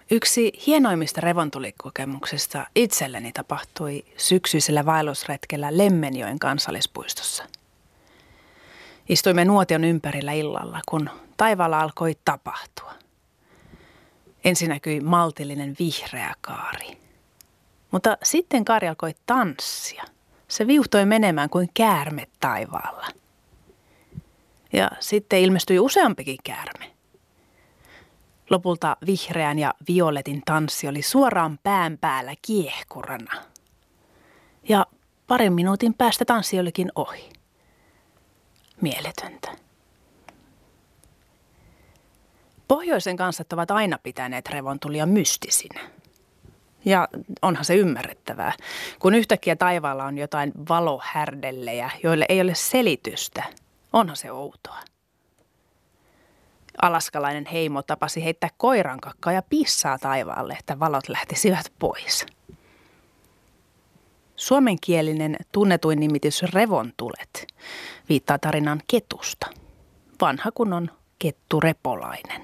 Yksi hienoimmista revontulikokemuksista itselleni tapahtui syksyisellä vaellusretkellä Lemmenjoen kansallispuistossa. Istuimme nuotion ympärillä illalla, kun taivaalla alkoi tapahtua. Ensin näkyi maltillinen vihreä kaari. Mutta sitten kaari alkoi tanssia. Se viuhtoi menemään kuin käärme taivaalla. Ja sitten ilmestyi useampikin käärme. Lopulta vihreän ja violetin tanssi oli suoraan pään päällä kiehkurana. Ja parin minuutin päästä tanssi olikin ohi. Mieletöntä. Pohjoisen kansat ovat aina pitäneet revontulia mystisinä. Ja onhan se ymmärrettävää, kun yhtäkkiä taivaalla on jotain valohärdellejä, joille ei ole selitystä. Onhan se outoa. Alaskalainen heimo tapasi heittää koirankakkaa ja pissaa taivaalle, että valot lähtisivät pois. Suomenkielinen tunnetuin nimitys revontulet viittaa tarinaan ketusta. Vanha kunnon ketturepolainen.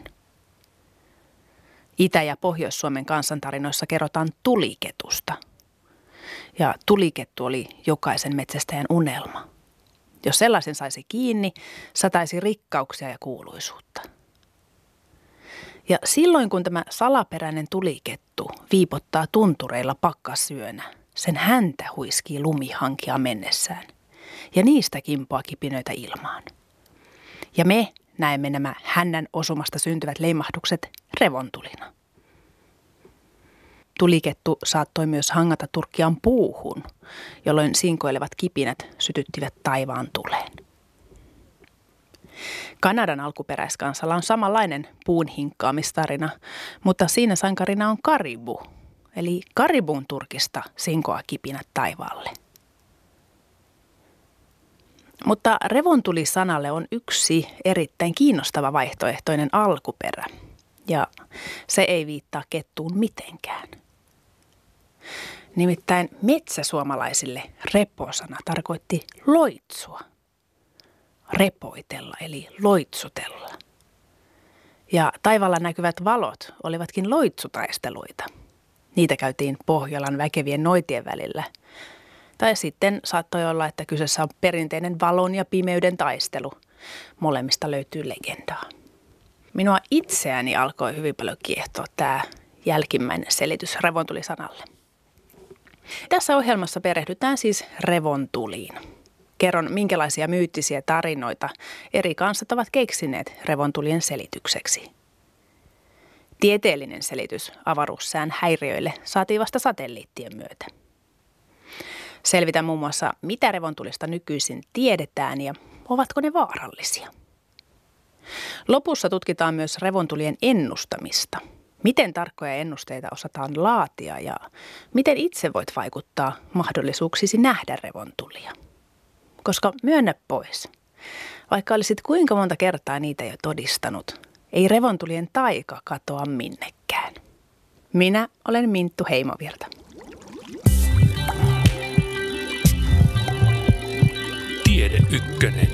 Itä- ja Pohjois-Suomen kansantarinoissa kerrotaan tuliketusta. Ja tulikettu oli jokaisen metsästäjän unelma. Jos sellaisen saisi kiinni, sataisi rikkauksia ja kuuluisuutta. Ja silloin kun tämä salaperäinen tulikettu viipottaa tuntureilla pakkasyönä, sen häntä huiskii lumihankia mennessään. Ja niistä kimpoaa kipinöitä ilmaan. Ja me näemme nämä hännän osumasta syntyvät leimahdukset revontulina. Tulikettu saattoi myös hangata turkkiaan puuhun, jolloin sinkoilevat kipinät sytyttivät taivaan tuleen. Kanadan alkuperäiskansalla on samanlainen puun hinkkaamistarina, mutta siinä sankarina on karibu, eli karibun turkista sinkoaa kipinät taivaalle. Mutta revontuli-sanalle on yksi erittäin kiinnostava vaihtoehtoinen alkuperä, ja se ei viittaa kettuun mitenkään. Nimittäin metsäsuomalaisille reposana tarkoitti loitsua. Repoitella eli loitsutella. Ja taivaalla näkyvät valot olivatkin loitsutaisteluita. Niitä käytiin Pohjolan väkevien noitien välillä. Tai sitten saattoi olla, että kyseessä on perinteinen valon ja pimeyden taistelu. Molemmista löytyy legendaa. Minua itseäni alkoi hyvin paljon kiehtoa tämä jälkimmäinen selitys revontulisanalle. Tässä ohjelmassa perehdytään siis revontuliin. Kerron, minkälaisia myyttisiä tarinoita eri kansat ovat keksineet revontulien selitykseksi. Tieteellinen selitys avaruussään häiriöille saatiin vasta satelliittien myötä. Selvitän muun muassa, mitä revontulista nykyisin tiedetään ja ovatko ne vaarallisia. Lopussa tutkitaan myös revontulien ennustamista. Miten tarkkoja ennusteita osataan laatia ja miten itse voit vaikuttaa mahdollisuuksisi nähdä revontulia. Koska myönnä pois, vaikka olisit kuinka monta kertaa niitä jo todistanut, ei revontulien taika katoa minnekään. Minä olen Minttu Heimovirta. Tiede Ykkönen.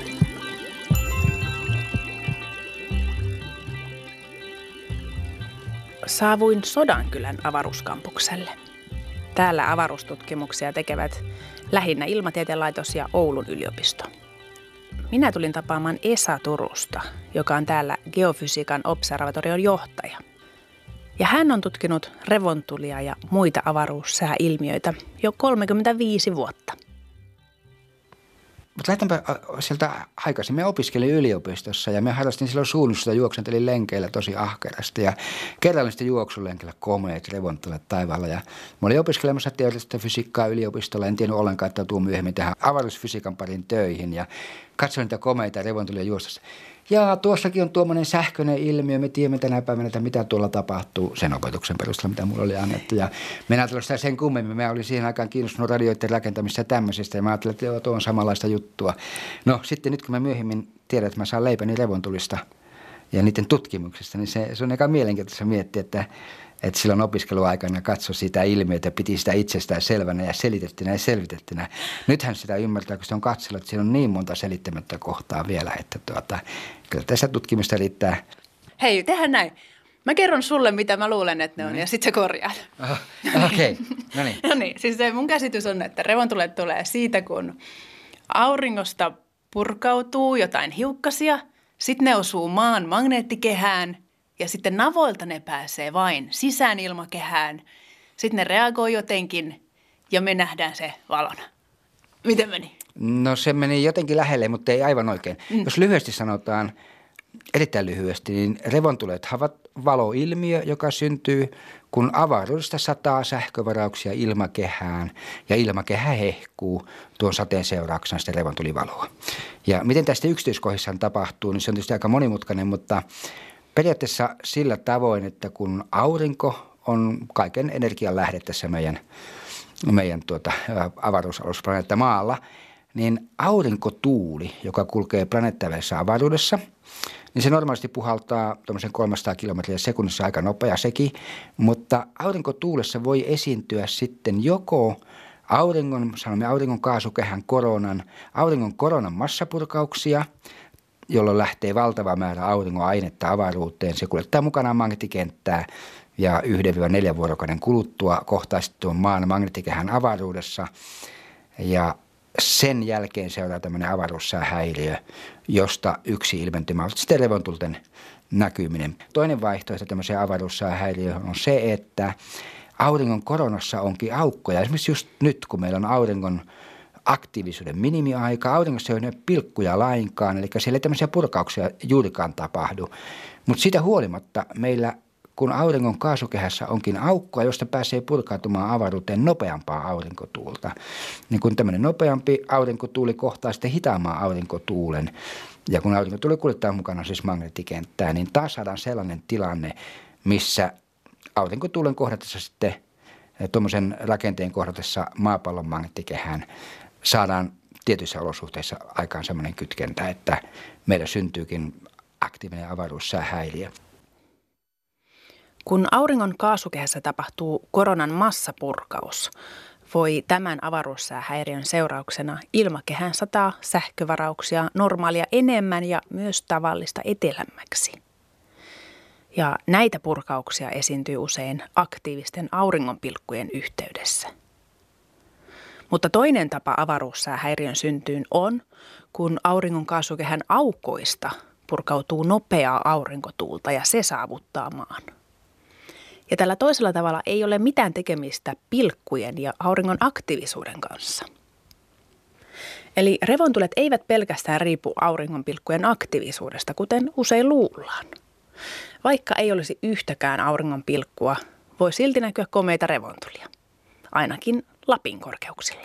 Saavuin Sodankylän avaruuskampukselle. Täällä avaruustutkimuksia tekevät lähinnä Ilmatieteen laitos ja Oulun yliopisto. Minä tulin tapaamaan Esa Turusta, joka on täällä geofysiikan observatorion johtaja. Ja hän on tutkinut revontulia ja muita avaruussääilmiöitä jo 35 vuotta. Mutta lähdetäänpä sieltä aikaisin. Me opiskelin yliopistossa ja me harrastin silloin suunnistusta, juoksentelin lenkeillä tosi ahkerasti. Ja kerrallin sitten juoksulenkillä komeet revontulet taivaalla. Ja mä olin opiskelemassa teoreettista fysiikkaa yliopistolla. En tiennyt ollenkaan, että tuun myöhemmin tähän avaruusfysiikan parin töihin. Ja katsoin niitä komeita revontulia juostossa. Ja tuossakin on tuommoinen sähköinen ilmiö. Me tiedämme tänä päivänä, että mitä tuolla tapahtuu sen opetuksen perusteella, mitä mulla oli annettu. Ja me en ajatellut sitä sen kummemmin. Mä olin siihen aikaan kiinnostunut radioiden rakentamista ja tämmöisestä. Ja mä ajattelin, että joo, tuo on samanlaista juttua. No sitten nyt kun mä myöhemmin tiedän, että mä saan leipäni revontulista ja niiden tutkimuksista, niin se on aika mielenkiintoista miettiä, että silloin opiskeluaikana katsoi sitä ilmiötä, piti sitä itsestään selvänä ja selitettynä ja selvitettynä. Nythän sitä ymmärtää, kun se on katsellut, että siinä on niin monta selittämättä kohtaa vielä, että kyllä tässä tutkimusta riittää. Hei, tehdään näin. Mä kerron sulle, mitä mä luulen, että ne on, ja sitten sä korjaat. Okei, no niin. No niin, siis se mun käsitys on, että revontulet tulee siitä, kun auringosta purkautuu jotain hiukkasia, sitten ne osuu maan magneettikehään, ja sitten navoilta ne pääsee vain sisään ilmakehään. Sitten ne reagoi jotenkin, ja me nähdään se valona. Miten meni? No se meni jotenkin lähelle, mutta ei aivan oikein. Jos lyhyesti sanotaan, erittäin lyhyesti, niin revontulethan ovat valoilmiö, joka syntyy, kun avaruudesta sataa sähkövarauksia ilmakehään ja ilmakehä hehkuu tuon sateen seurauksena sitten revontulivaloa. Ja miten tästä yksityiskohdissaan tapahtuu, niin se on tietysti aika monimutkainen, mutta periaatteessa sillä tavoin, että kun aurinko on kaiken energian lähde tässä meidän avaruusalusplaneetta Maalla, niin aurinkotuuli, joka kulkee planeettavälisessä avaruudessa, niin se normaalisti puhaltaa tuommoisen 300 kilometriä sekunnissa, aika nopea sekin, mutta aurinkotuulessa voi esiintyä sitten joko auringon kaasukehän auringon koronan massapurkauksia, jolloin lähtee valtava määrä auringon ainetta avaruuteen. Se kuljettaa mukanaan magneettikenttää ja 1-4 vuorokauden kuluttua kohtaisesti tuon maan magneettikehän avaruudessa ja sen jälkeen seuraa tämmöinen avaruussäähäiriö, josta yksi ilmentymä on sitten revontulten näkyminen. Toinen vaihtoehto tämmöiseen avaruussäähäiriöön on se, että auringon koronassa onkin aukkoja. Esimerkiksi just nyt, kun meillä on auringon aktiivisuuden minimiaika, auringossa ei ole pilkkuja lainkaan, eli siellä ei tämmöisiä purkauksia juurikaan tapahdu. Mutta siitä huolimatta meillä, kun auringon kaasukehässä onkin aukkoa, josta pääsee purkautumaan avaruuteen nopeampaa aurinkotuulta, niin kun tämmöinen nopeampi aurinkotuuli kohtaa sitten hitaamman aurinkotuulen, ja kun aurinkotuuli kuljettaa mukana siis magneettikenttää, niin taas saadaan sellainen tilanne, missä aurinkotuulen kohdatessa sitten tuommoisen rakenteen kohdatessa maapallon magneettikehään saadaan tietyissä olosuhteissa aikaan sellainen kytkentä, että meillä syntyykin aktiivinen avaruussäähäiriö. Kun auringon kaasukehässä tapahtuu koronan massapurkaus, voi tämän avaruussäähäiriön seurauksena ilmakehään sataa sähkövarauksia normaalia enemmän ja myös tavallista etelämmäksi. Ja näitä purkauksia esiintyy usein aktiivisten auringonpilkkujen yhteydessä. Mutta toinen tapa avaruussäähäiriön syntyyn on, kun auringon kaasukehän aukoista purkautuu nopeaa aurinkotuulta ja se saavuttaa maan. Ja tällä toisella tavalla ei ole mitään tekemistä pilkkujen ja auringon aktiivisuuden kanssa. Eli revontulet eivät pelkästään riipu auringonpilkkujen aktiivisuudesta, kuten usein luullaan. Vaikka ei olisi yhtäkään auringonpilkkua, voi silti näkyä komeita revontulia, ainakin Lapin korkeuksilla.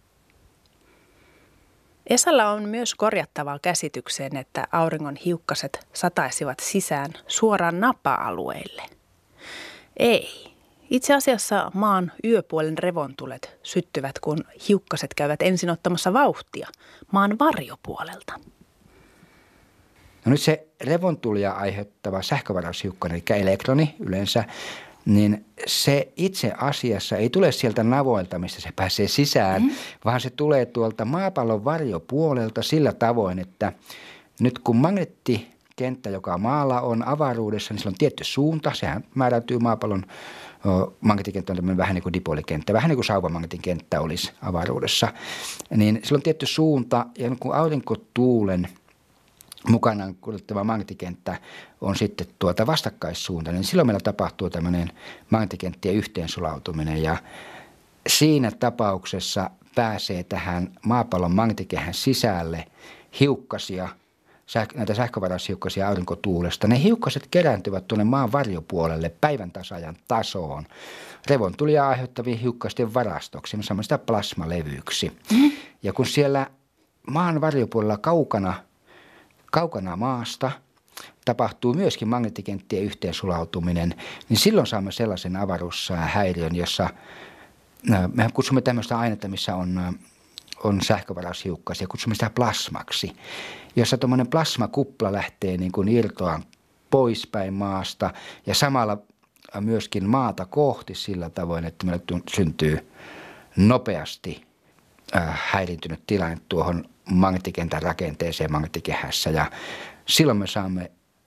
Esalla on myös korjattavaa käsitykseen, että auringon hiukkaset sataisivat sisään suoraan napa-alueille. Ei. Itse asiassa maan yöpuolen revontulet syttyvät, kun hiukkaset käyvät ensin ottamassa vauhtia maan varjopuolelta. No nyt se revontulia aiheuttava sähkövaraushiukkanen, eli elektroni yleensä, niin se itse asiassa ei tule sieltä navoilta, mistä se pääsee sisään, vaan se tulee tuolta maapallon varjopuolelta sillä tavoin, että nyt kun magneettikenttä, joka maalla on avaruudessa, niin sillä on tietty suunta. Sehän määräytyy maapallon magneettikenttä on tämmöinen vähän niin kuin dipoolikenttä, vähän niin kuin sauvamagneetin kenttä olisi avaruudessa. Niin sillä on tietty suunta ja kun aurinkotuulen mukanaan kuljettava magneettikenttä on sitten vastakkaissuunta, niin silloin meillä tapahtuu tämmöinen magneettikenttien yhteensulautuminen ja siinä tapauksessa pääsee tähän maapallon magneettikehän sisälle hiukkasia, näitä sähkövaraushiukkasia aurinkotuulesta. Ne hiukkaset kerääntyvät tuonne maan varjopuolelle päivän tasaajan tasoon revontulia aiheuttavien hiukkasten varastoksi, me saamme sitä plasmalevyksi. Ja kun siellä maan varjopuolella kaukana maasta tapahtuu myöskin magneettikenttien yhteensulautuminen, niin silloin saamme sellaisen avaruushäiriön, jossa mehän kutsumme tämmöistä ainetta, missä on sähkövaraushiukkasia, kutsumme sitä plasmaksi, jossa tuommoinen plasmakupla lähtee niin kuin irtoaan poispäin maasta ja samalla myöskin maata kohti sillä tavoin, että meille syntyy nopeasti häiriintynyt tilanne tuohon magneettikentän rakenteeseen magneettikehässä ja silloin me saamme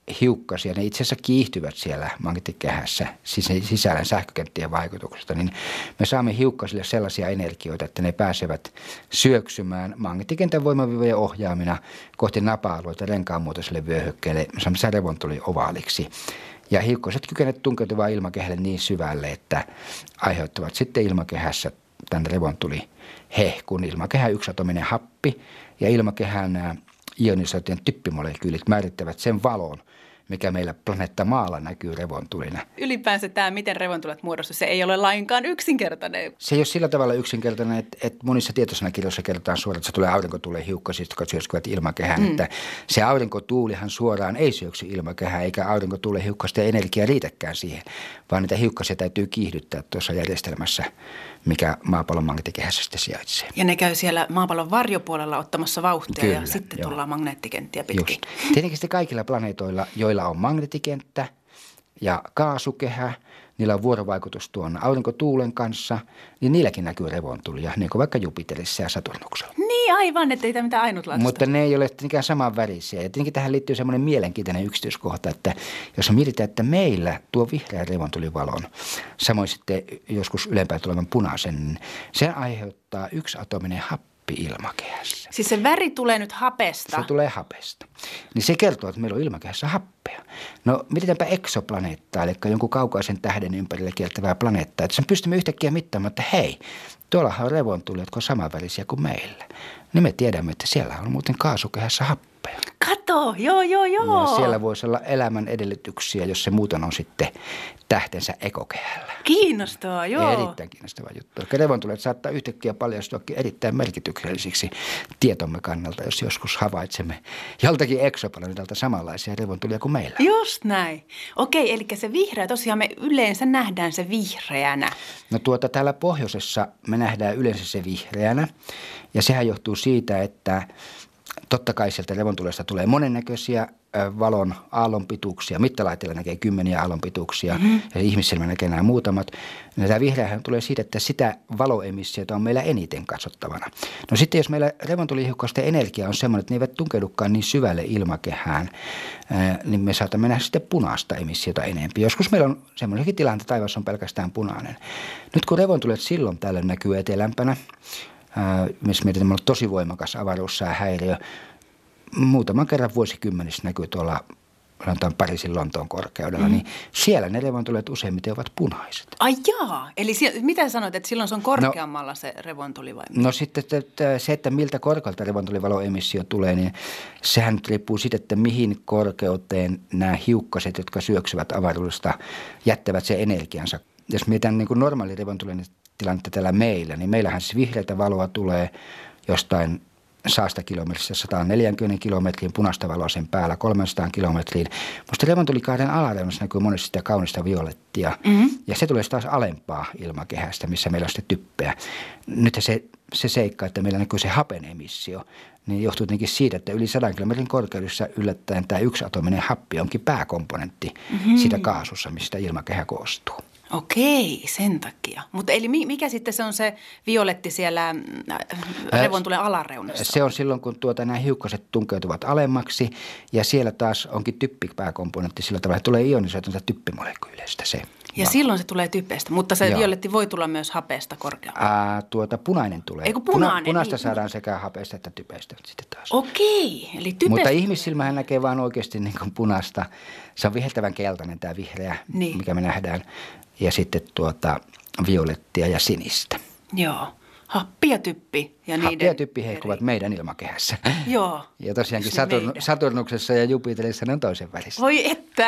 hiukkasia, ne itse asiassa kiihtyvät siellä magneettikehässä sisällä sähkökenttien vaikutuksesta, niin me saamme hiukkasille sellaisia energioita, että ne pääsevät syöksymään magneettikentän voimaviivojen ohjaamina kohti napa-alueita renkaanmuotoiselle vyöhykkeelle, me saamme sen revontuli-ovaaliksi. Ja hiukkaset kykenevät tunkeutumaan ilmakehälle niin syvälle, että aiheuttavat sitten ilmakehässä tämän revontulihehkun. Ilmakehä yksiatominen happi ja ilmakehän ionisoitujen typpimolekyylit määrittävät sen valon, mikä meillä planeetta Maalla näkyy revontulina. Ylipäänsä tämä, miten revontulet muodostuvat, se ei ole lainkaan yksinkertainen. Se ei ole sillä tavalla yksinkertainen, että monissa tietosanakirjoissa kerrotaan suoraan, että se tulee aurinkotuulen hiukkasista, jotka syöksyvät ilmakehään. Että se aurinkotuulihan suoraan ei syöksy ilmakehään, eikä aurinkotuulen hiukkasten energia riitäkään siihen, vaan niitä hiukkasia täytyy kiihdyttää tuossa järjestelmässä, mikä maapallon magneettikehässä sitten sijaitsee. Ja ne käy siellä maapallon varjopuolella ottamassa vauhtia. Kyllä, ja sitten joo. tullaan magneettikenttiä pitkin. Just. Tietenkin sitten kaikilla planeetoilla, joilla on magneettikenttä ja kaasukehä, niillä on vuorovaikutus tuon aurinkotuulen kanssa, niin niilläkin näkyy revontulia, niin kuin vaikka Jupiterissa ja Saturnuksella. Niin aivan, ettei tämä mitään ainutlaatuista. Mutta ne ei ole tietenkään samanvärisiä. Ja tietenkin tähän liittyy semmoinen mielenkiintoinen yksityiskohta, että jos mietitään, että meillä tuo vihreän revontulivalon, samoin sitten joskus ylempään tulevan punaisen, niin sen aiheuttaa yksiatominen happi ilmakehässä. Siis se väri tulee nyt hapesta. Se tulee hapesta. Niin se kertoo, että meillä on ilmakehässä happea. No mietitäänpä eksoplaneettaa, eli jonkun kaukaisen tähden ympärillä kiertävää planeettaa. Että sen pystymme yhtäkkiä mittaamaan, että hei, tuollahan on revontulia, jotka on samanvärisiä kuin meillä. Niin me tiedämme, että siellä on muuten kaasukehässä happea. Kato, joo. Ja siellä voisi olla elämän edellytyksiä, jos se muuten on sitten tähtensä ekokehällä. Kiinnostaa, joo. Ja erittäin kiinnostava juttu. Eli revontulet saattaa yhtäkkiä paljastuakin erittäin merkityksellisiksi tietomme kannalta, jos joskus havaitsemme joltakin eksoplaneetalta samanlaisia revontulia kuin meillä. Just näin. Okei, eli se vihreä, tosiaan me yleensä nähdään se vihreänä. No täällä pohjoisessa me nähdään yleensä se vihreänä. Ja sehän johtuu siitä, että totta kai sieltä revontulesta tulee monennäköisiä valon aallonpituuksia. Mittalaitteella näkee 10 aallonpituuksia ja ihmissilmä näkee nämä muutamat. Ja tämä vihreähän tulee siitä, että sitä valoemissiota on meillä eniten katsottavana. No sitten jos meillä revontulihiukkasten energia on semmoinen, että ne eivät tunkeudukaan niin syvälle ilmakehään, niin me saatamme nähdä sitten punaista emissiota enempi. Joskus meillä on semmoinenkin tilanne, että taivas on pelkästään punainen. Nyt kun revontulet silloin täällä näkyy etelämpänä, missä mietitään, että on tosi voimakas avaruussäähäiriö. Muutaman kerran vuosikymmenissä näkyy tuolla Pariisin Lontoon korkeudella, niin siellä ne revontulet useimmiten ovat punaiset. Ai jaa, eli mitä sanoit, että silloin se on korkeammalla se revontuli vai? No sitten se, että miltä korkealta revontulivaloemissio tulee, niin sehän riippuu siitä, että mihin korkeuteen nämä hiukkaset, jotka syöksyvät avaruudesta, jättävät sen energiansa. Jos mietitään niin kuin normaali revontulien tilannetta täällä meillä, niin meillähän siis vihreätä valoa tulee jostain 100 kilometristä 140 kilometriin, punaista valoa sen päällä 300 kilometriin. Musta revontulikaaren alareunassa näkyy monesti sitä kaunista violettia ja se tulee taas alempaa ilmakehästä, missä meillä on sitten typpeä. Nyt se seikka, että meillä näkyy se hapen emissio, niin johtuu tietenkin siitä, että yli 100 kilometrin korkeudessa yllättäen tämä yksiatominen happi onkin pääkomponentti siitä kaasussa, mistä ilmakehä koostuu. Okei, sen takia. Mutta eli mikä sitten se on se violetti siellä revontulen alareunassa? Se on silloin, kun nämä hiukkaset tunkeutuvat alemmaksi ja siellä taas onkin typpi pääkomponentti sillä tavalla, että tulee ionisoitunutta typpimolekyyleistä se. Ja silloin se tulee typestä, mutta se violetti voi tulla myös hapeesta korkeammalle. Punainen tulee. Eikö punainen? Punaista saadaan sekä hapeesta että typestä sitten taas. Okei, eli typestä. Mutta ihmissilmähän näkee vaan oikeasti niin kuin punaista. Se on viheltävän keltainen tämä vihreä, mikä me nähdään. Ja sitten violettia ja sinistä. Joo. Happi ja typpi. Ja happi ja typpi heikkuvat meidän ilmakehässä. Joo. Ja tosiaankin Saturnuksessa ja Jupiterissa ne on toisen välissä. Voi että.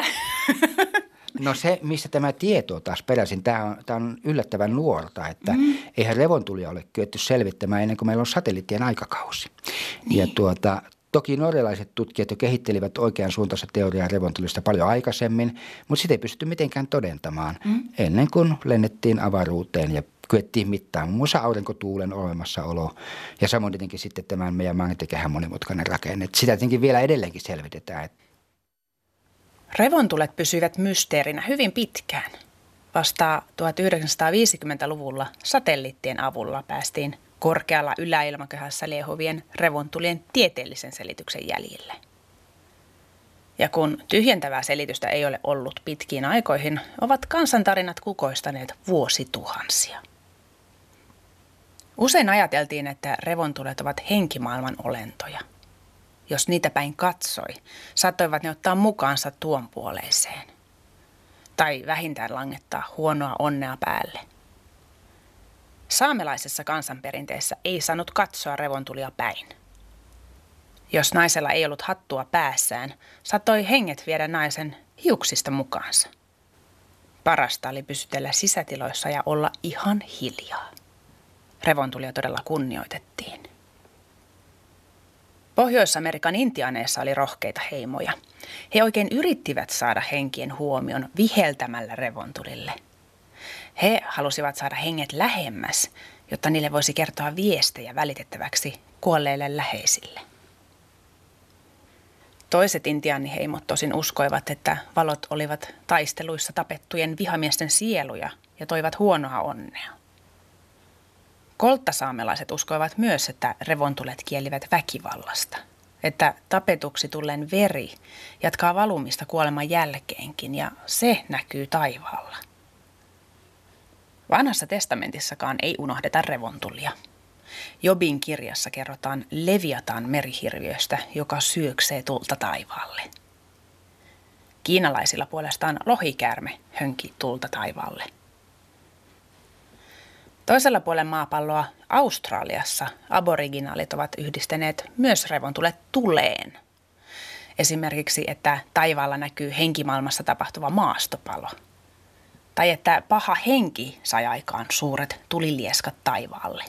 No se, mistä tämä tieto on taas peräisin, tämä on yllättävän nuorta, että eihän revontulia ole kyetty selvittämään ennen kuin meillä on satelliittien aikakausi. Niin. Ja toki norjalaiset tutkijat jo kehittelivät oikean suuntaista teoriaa revontulista paljon aikaisemmin, mutta sitä ei pystytty mitenkään todentamaan ennen kuin lennettiin avaruuteen ja kyettiin mittaamaan muun muassa aurinkotuulen olemassaolo ja samoin tietenkin sitten tämän meidän magneettikehän monimutkainen rakenne. Sitä tietenkin vielä edelleenkin selvitetään. Revontulet pysyivät mysteerinä hyvin pitkään. Vasta 1950-luvulla satelliittien avulla päästiin korkealla yläilmakehässä liehuvien revontulien tieteellisen selityksen jäljille. Ja kun tyhjentävää selitystä ei ole ollut pitkiin aikoihin, ovat kansantarinat kukoistaneet vuosituhansia. Usein ajateltiin, että revontulet ovat henkimaailman olentoja. Jos niitä päin katsoi, saattoivat ne ottaa mukaansa tuon puoleiseen. Tai vähintään langettaa huonoa onnea päälle. Saamelaisessa kansanperinteessä ei saanut katsoa revontulia päin. Jos naisella ei ollut hattua päässään, saattoi henget viedä naisen hiuksista mukaansa. Parasta oli pysytellä sisätiloissa ja olla ihan hiljaa. Revontulia todella kunnioitettiin. Pohjois-Amerikan intiaaneissa oli rohkeita heimoja. He oikein yrittivät saada henkien huomion viheltämällä revontulille. He halusivat saada henget lähemmäs, jotta niille voisi kertoa viestejä välitettäväksi kuolleille läheisille. Toiset intiaaniheimot tosin uskoivat, että valot olivat taisteluissa tapettujen vihamiesten sieluja ja toivat huonoa onnea. Kolttasaamelaiset uskoivat myös, että revontulet kielivät väkivallasta, että tapetuksi tulleen veri jatkaa valumista kuoleman jälkeenkin ja se näkyy taivaalla. Vanhassa testamentissakaan ei unohdeta revontulia. Jobin kirjassa kerrotaan Leviatan merihirviöstä, joka syöksee tulta taivaalle. Kiinalaisilla puolestaan lohikäärme hönki tulta taivaalle. Toisella puolen maapalloa Australiassa aboriginaalit ovat yhdistäneet myös revontulet tuleen. Esimerkiksi, että taivaalla näkyy henkimaailmassa tapahtuva maastopalo. Tai että paha henki sai aikaan suuret tulilieskat taivaalle.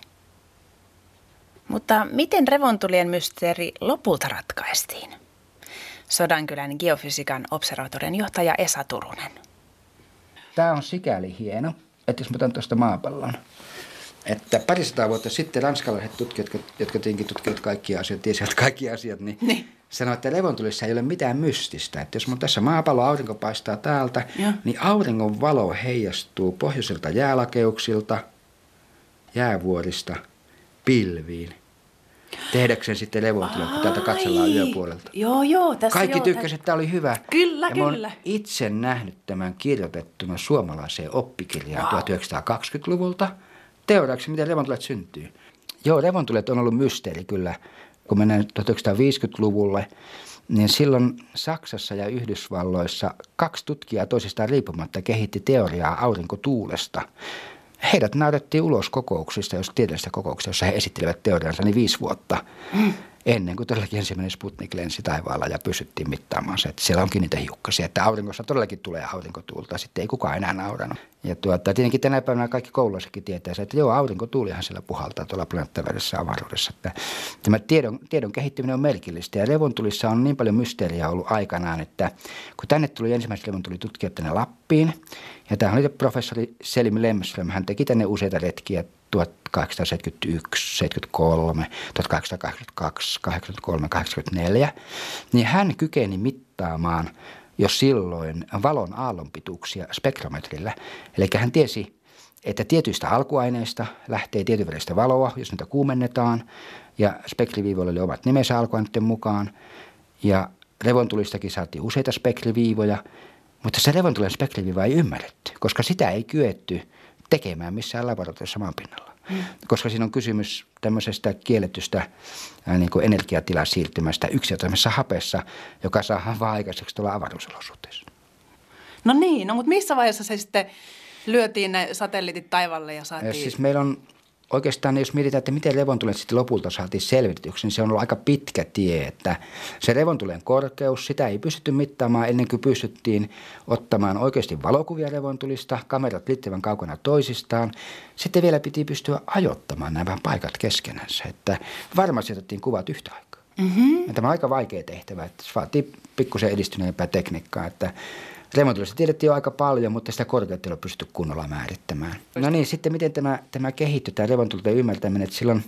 Mutta miten revontulien mysteeri lopulta ratkaistiin? Sodankylän geofysiikan observatorian johtaja Esa Turunen. Tämä on sikäli hieno, että jos mä otan tuosta maapallon, että parisataa vuotta sitten ranskalaiset tutkijat, jotka tietenkin tutkivat kaikkia asioita, tiesivät kaikki asiat, niin sanoivat, että revontulissa ei ole mitään mystistä. Että jos mun tässä maapallo aurinko paistaa täältä, niin auringon valo heijastuu pohjoisilta jäälakeuksilta, jäävuorista, pilviin. Tehdäkseen sitten revontulet, kun täältä katsellaan yöpuolelta. Joo, tässä kaikki tykkäsivät, että tämä oli hyvä. Kyllä, ja mä oon itse nähnyt tämän kirjoitettuna suomalaiseen oppikirjaan 1920-luvulta. Teoriaksi, miten revontulet syntyy. Joo, revontulet on ollut mysteeri kyllä. Kun mennään 1950-luvulle, niin silloin Saksassa ja Yhdysvalloissa 2 tutkijaa toisistaan riippumatta kehitti teoriaa aurinkotuulesta. Heidät näytettiin ulos kokouksista, jos tieteellisistä kokouksista, jossa he esittelivät teoriansa, niin 5 vuotta ennen kuin todellakin ensimmäinen Sputnik lensi taivaalla ja pysyttiin mittaamaan se, että siellä onkin niitä hiukkasia, että auringossa todellakin tulee aurinkotuulta, sitten ei kukaan enää nauranut. Ja tietenkin tänä päivänä kaikki kouluissakin tietää se, että joo, aurinkotuulihan siellä puhaltaa tuolla planeettavärisessä avaruudessa. Että tämä tiedon kehittyminen on merkillistä ja revontulissa on niin paljon mysteeriä ollut aikanaan, että kun tänne tuli ensimmäiset revontulitutkijat tänne Lappiin, ja tämä oli professori Selim Lemström, hän teki tänne useita retkiä 1871, 73, 1882, 83, 84, niin hän kykeni mittaamaan jo silloin valon aallonpituuksia spektrometrillä. Eli hän tiesi, että tietyistä alkuaineista lähtee tietynväristä valoa, jos niitä kuumennetaan, ja spektriviivoilla oli omat nimensä alkuaineiden mukaan, ja revontulistakin saatiin useita spektriviivoja, mutta se revontulen spektriviiva ei ymmärretty, koska sitä ei kyetty tekemään missään laboratoriossa maanpinnalla. Koska siinä on kysymys tämmöisestä kielletystä niin kuin energiatilasiirtymästä yksiotoimessa hapessa, joka saadaan vaan aikaiseksi tuolla avaruusolosuhteissa. No niin, mutta missä vaiheessa se sitten lyötiin ne satelliitit taivaalle ja saatiin? Siis meillä on oikeastaan, jos mietitään, että miten revontulet sitten lopulta saatiin selvitetyksi, niin se on ollut aika pitkä tie, että se revontulen korkeus, sitä ei pystytty mittaamaan ennen kuin pystyttiin ottamaan oikeasti valokuvia revontulista, kamerat riittävän kaukana toisistaan. Sitten vielä piti pystyä ajoittamaan nämä paikat keskenänsä, että varmasti otettiin kuvat yhtä aikaa. Ja tämä on aika vaikea tehtävä, että se vaatii pikkusen edistyneempää tekniikkaa, että revontulista tiedettiin jo aika paljon, mutta sitä korkeutta ei ole pystytty kunnolla määrittämään. No niin, sitten miten tämä kehittyi, tämä revontulten ymmärtäminen, että silloin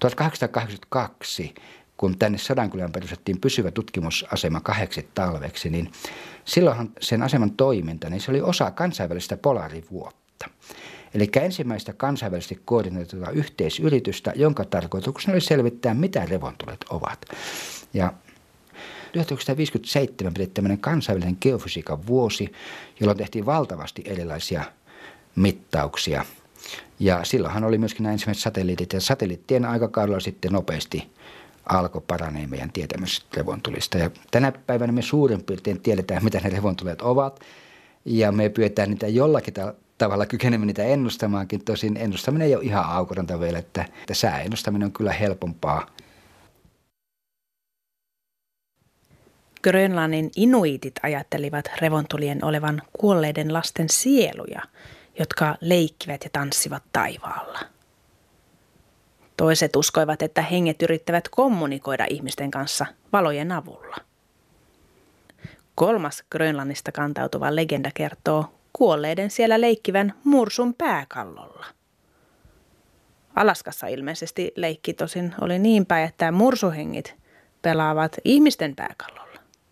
1882, kun tänne Sodankylään perustettiin pysyvä tutkimusasema 2 talveksi, niin silloinhan sen aseman toiminta, niin se oli osa kansainvälistä polaarivuotta. Eli ensimmäistä kansainvälisesti koordinoitua yhteisyritystä, jonka tarkoituksena oli selvittää, mitä revontulet ovat. Ja 1957 pidettiin tämmöinen kansainvälinen geofysiikan vuosi, jolloin tehtiin valtavasti erilaisia mittauksia. Ja silloinhan oli myöskin nämä ensimmäiset satelliitit, ja satelliittien aikakaudella sitten nopeasti alkoi paranee meidän tietämys revontulista. Ja tänä päivänä me suurin piirtein tiedetään, mitä ne revontulet ovat, ja me pyydetään niitä jollakin tavalla kykenemme niitä ennustamaankin. Tosin ennustaminen ei ole ihan aukotonta vielä, että sääennustaminen on kyllä helpompaa. Grönlannin inuitit ajattelivat revontulien olevan kuolleiden lasten sieluja, jotka leikkivät ja tanssivat taivaalla. Toiset uskoivat, että henget yrittävät kommunikoida ihmisten kanssa valojen avulla. Kolmas Grönlannista kantautuva legenda kertoo kuolleiden siellä leikkivän mursun pääkallolla. Alaskassa ilmeisesti leikki tosin oli niin päin, että mursuhengit pelaavat ihmisten pääkallolla.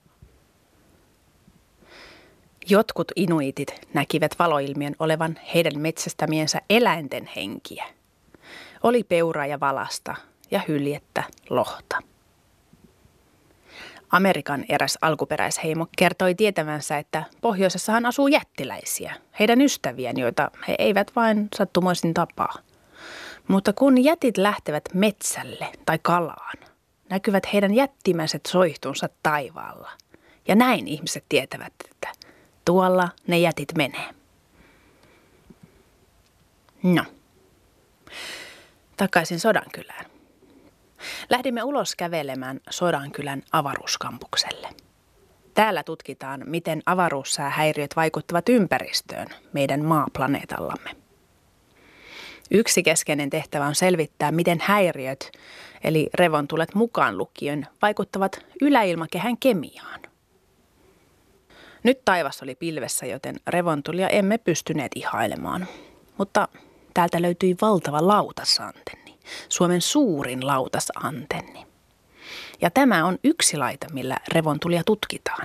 Jotkut inuitit näkivät valoilmiön olevan heidän metsästämiensä eläinten henkiä. Oli peuraa ja valasta ja hyljettä, lohta. Amerikan eräs alkuperäisheimo kertoi tietävänsä, että pohjoisessahan asuu jättiläisiä, heidän ystäviään, joita he eivät vain sattumoisin tapaa. Mutta kun jätit lähtevät metsälle tai kalaan, näkyvät heidän jättimäiset soihtunsa taivaalla. Ja näin ihmiset tietävät, että tuolla ne jätit menee. No, takaisin Sodankylään. Lähdimme ulos kävelemään Sodankylän avaruuskampukselle. Täällä tutkitaan, miten avaruussäähäiriöt vaikuttavat ympäristöön meidän maaplaneetallamme. Yksi keskeinen tehtävä on selvittää, miten häiriöt, eli revontulet mukaan lukien, vaikuttavat yläilmakehän kemiaan. Nyt taivas oli pilvessä, joten revontulia emme pystyneet ihailemaan. Mutta täältä löytyi valtava lautasantenni, Suomen suurin lautasantenni. Ja tämä on yksi laite, millä revontulia tutkitaan.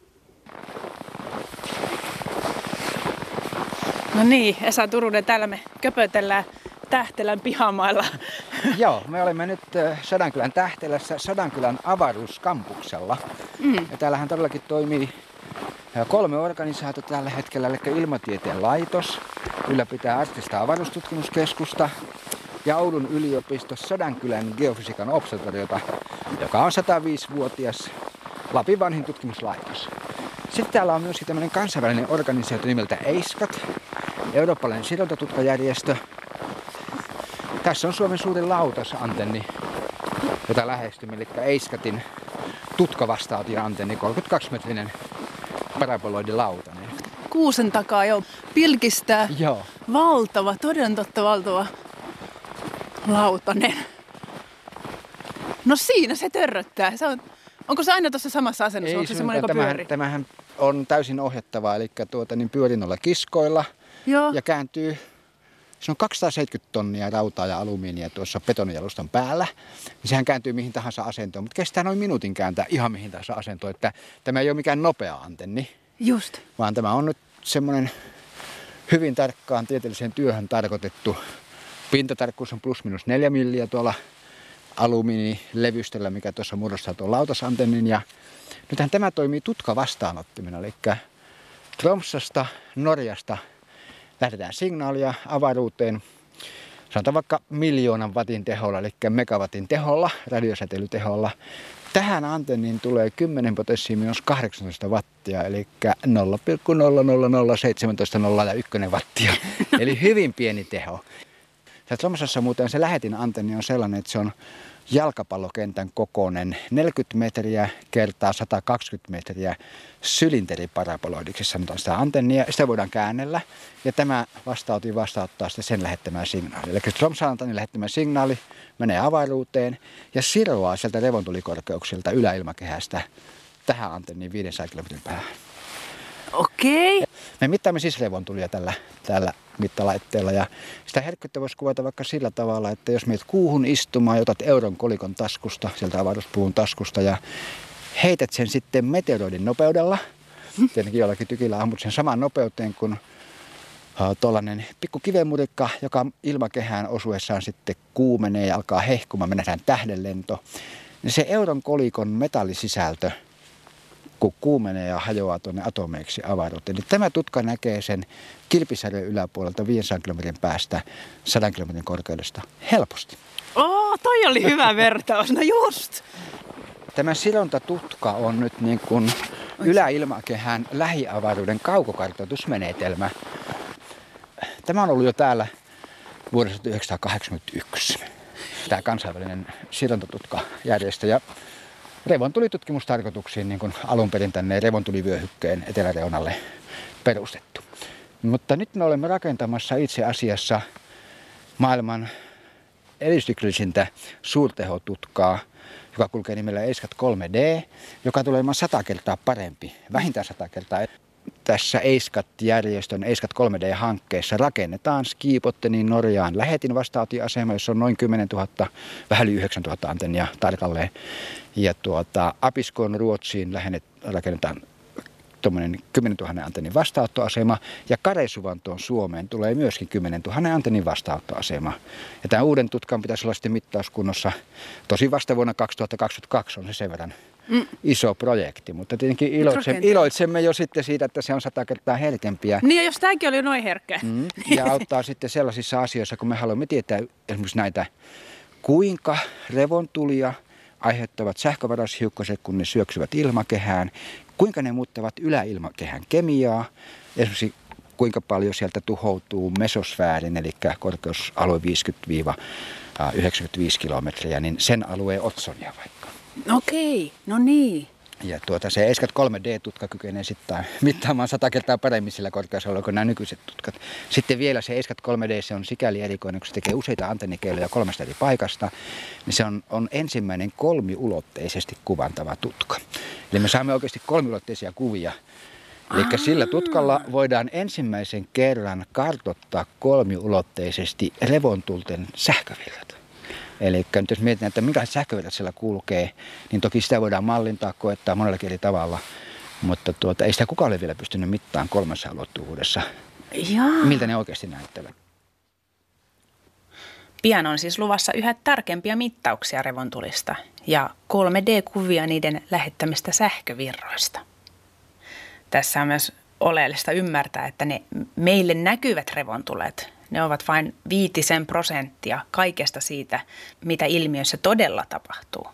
No niin, Esa Turunen, täällä me köpötellään Tähtelän pihamailla. Joo, me olemme nyt Sodankylän Tähtelässä Sodankylän avaruuskampuksella. Ja täällähän todellakin toimii 3 organisaatiota tällä hetkellä, eli Ilmatieteen laitos, ylläpitää Arktista avaruustutkimuskeskusta ja Oulun yliopisto Sodankylän geofysiikan observatoriota, joka on 105-vuotias Lapin vanhin tutkimuslaitos. Sitten täällä on myös tämmöinen kansainvälinen organisaatio nimeltä EISCAT, eurooppalainen sidontatuttajärjestö. Tässä on Suomen suurin lautasantenni, jota lähestymme, eli EISCATin tutkavastaatioantenni, 32-metrinen paraboloidilautanen. Kuusen takaa jo pilkistää. Joo. Valtava, toden totta valtava lautanen. No siinä se törröttää. Onko se aina tuossa samassa asennossa? Onko se semmoinen, joka pyörii? Tämähän on täysin ohjattavaa, eli pyörii noilla kiskoilla. Joo. Ja kääntyy. Se on 270 tonnia rautaa ja alumiinia tuossa betonijalustan päällä. Sehän kääntyy mihin tahansa asentoon, mutta kestää noin minuutin kääntää ihan mihin tahansa asentoon. Että tämä ei ole mikään nopea antenni. Just. Vaan tämä on nyt semmoinen hyvin tarkkaan tieteelliseen työhön tarkoitettu. Pintatarkkuus on +- 4 milliä tuolla alumiinilevystöllä, mikä tuossa muodostaa tuon lautasantennin. Ja nythän tämä toimii tutkavastaanottimena, eli Tromssasta, Norjasta lähdetään signaalia avaruuteen, sanotaan vaikka 1 000 000 watin teholla, eli megawatin teholla, radiosäteilyteholla. Tähän antenniin tulee 10 potenssiin -18 wattia, eli 0,0001701 wattia, eli hyvin pieni teho. Tromssassa muuten se lähetin antenni on sellainen, että se on jalkapallokentän kokoinen 40 metriä kertaa 120 metriä sylinteriparaboloidiksi sanotaan sitä antennia. Sitä voidaan käännellä ja tämä vastaanotin vastaanottaa sitten sen lähettämään signaali. Eli Tromssan antennin lähettämä signaali menee avaruuteen ja siroaa sieltä revontulikorkeuksilta yläilmakehästä tähän antenniin 500 kilometrin päähän. Okei. Me mittaamme siis revontulia tällä mittalaitteella ja sitä herkkyyttä voisi kuvata vaikka sillä tavalla, että jos meet kuuhun istumaan ja otat euron kolikon taskusta, sieltä avaruuspuun taskusta ja heität sen sitten meteoroidin nopeudella, tietenkin jollakin tykillä ammut sen samaan nopeuteen kuin tuollainen pikku kivenmurikka, joka ilmakehään osuessaan sitten kuumenee ja alkaa hehkumaan, me nähdään tähdenlento, niin se euron kolikon metallisisältö kun kuumenee ja hajoaa tuonne atomeiksi avaruuteen. Niin tämä tutka näkee sen Kilpisjärven yläpuolelta 500 kilometrin päästä 100 kilometrin korkeudesta helposti. Toi oli hyvä vertaus. No just. Tämä Sironta-tutka on nyt niin kuin yläilmakehän lähiavaruuden kaukokartoitusmenetelmä. Tämä on ollut jo täällä vuodesta 1981. Tämä kansainvälinen Sironta-tutkajärjestö ja revontulitutkimustarkoituksiin niin kuin alun perin tänne revontulivyöhykkeen eteläreunalle perustettu. Mutta nyt me olemme rakentamassa itse asiassa maailman edistyksellisintä suurtehotutkaa, joka kulkee nimellä EISCAT 3D, joka tulee olemaan 100 kertaa parempi, vähintään 100 kertaa. Tässä EISCAT-järjestön EISCAT 3D-hankkeessa rakennetaan Skiipottenin Norjaan lähetin vastaanottoasema, jossa on noin 10 000, vähän yli 9 000 antennia tarkalleen. Ja Abiskoon Ruotsiin rakennetaan tuommoinen 10 000 antennin vastaanottoasema. Ja Karesuvantoon Suomeen tulee myöskin 10 000 antennin vastaanottoasema. Ja tämän uuden tutkan pitäisi olla sitten mittauskunnossa. Tosi vasta vuonna 2022 on se sen verran iso projekti, mutta tietenkin iloitsemme jo sitten siitä, että se on 100 kertaa herkempiä. Niin ja jos tämäkin oli noin herkkä. Ja auttaa sitten sellaisissa asioissa, kun me haluamme tietää esimerkiksi näitä, kuinka revontulia aiheuttavat sähkövaraushiukkaset, kun ne syöksyvät ilmakehään, kuinka ne muuttavat yläilmakehän kemiaa, esimerkiksi kuinka paljon sieltä tuhoutuu mesosfäärin, eli korkeusalue 50-95 kilometriä, niin sen alueen otsonia vaikka. Okei, no niin. Ja se EISCAT 3D-tutka kykenee sitten mittaamaan 100 kertaa paremmin sillä korkeusalueella kuin nämä nykyiset tutkat. Sitten vielä se EISCAT 3D, se on sikäli erikoinen, kun se tekee useita antennikeiloja 3 eri paikasta, niin se on ensimmäinen kolmiulotteisesti kuvantava tutka. Eli me saamme oikeasti kolmiulotteisia kuvia. Eli sillä tutkalla voidaan ensimmäisen kerran kartoittaa kolmiulotteisesti revontulten sähkövirrat. Eli nyt jos mietitään, että minkälaiset sähkövirrat siellä kulkee, niin toki sitä voidaan mallintaa, koettaa monellakin eri tavalla. Mutta ei sitä kukaan ole vielä pystynyt mittaamaan 3 ulottuvuudessa, miltä ne oikeasti näyttävät. Pian on siis luvassa yhä tarkempia mittauksia revontulista ja 3D-kuvia niiden lähettämistä sähkövirroista. Tässä on myös oleellista ymmärtää, että ne meille näkyvät revontulet, ne ovat vain 5% kaikesta siitä, mitä ilmiössä todella tapahtuu.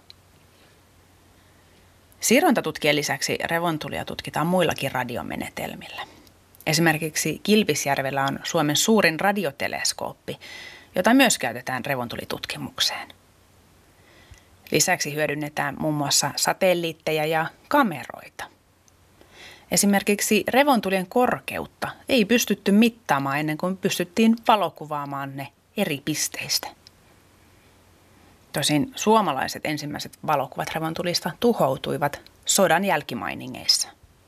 Sirontatutkien lisäksi revontulia tutkitaan muillakin radiomenetelmillä. Esimerkiksi Kilpisjärvellä on Suomen suurin radioteleskooppi, jota myös käytetään revontulitutkimukseen. Lisäksi hyödynnetään muun muassa satelliitteja ja kameroita. Esimerkiksi revontulien korkeutta ei pystytty mittaamaan ennen kuin pystyttiin valokuvaamaan ne eri pisteistä. Tosin suomalaiset ensimmäiset valokuvat revontulista tuhoutuivat sodan jälkimainingeissa.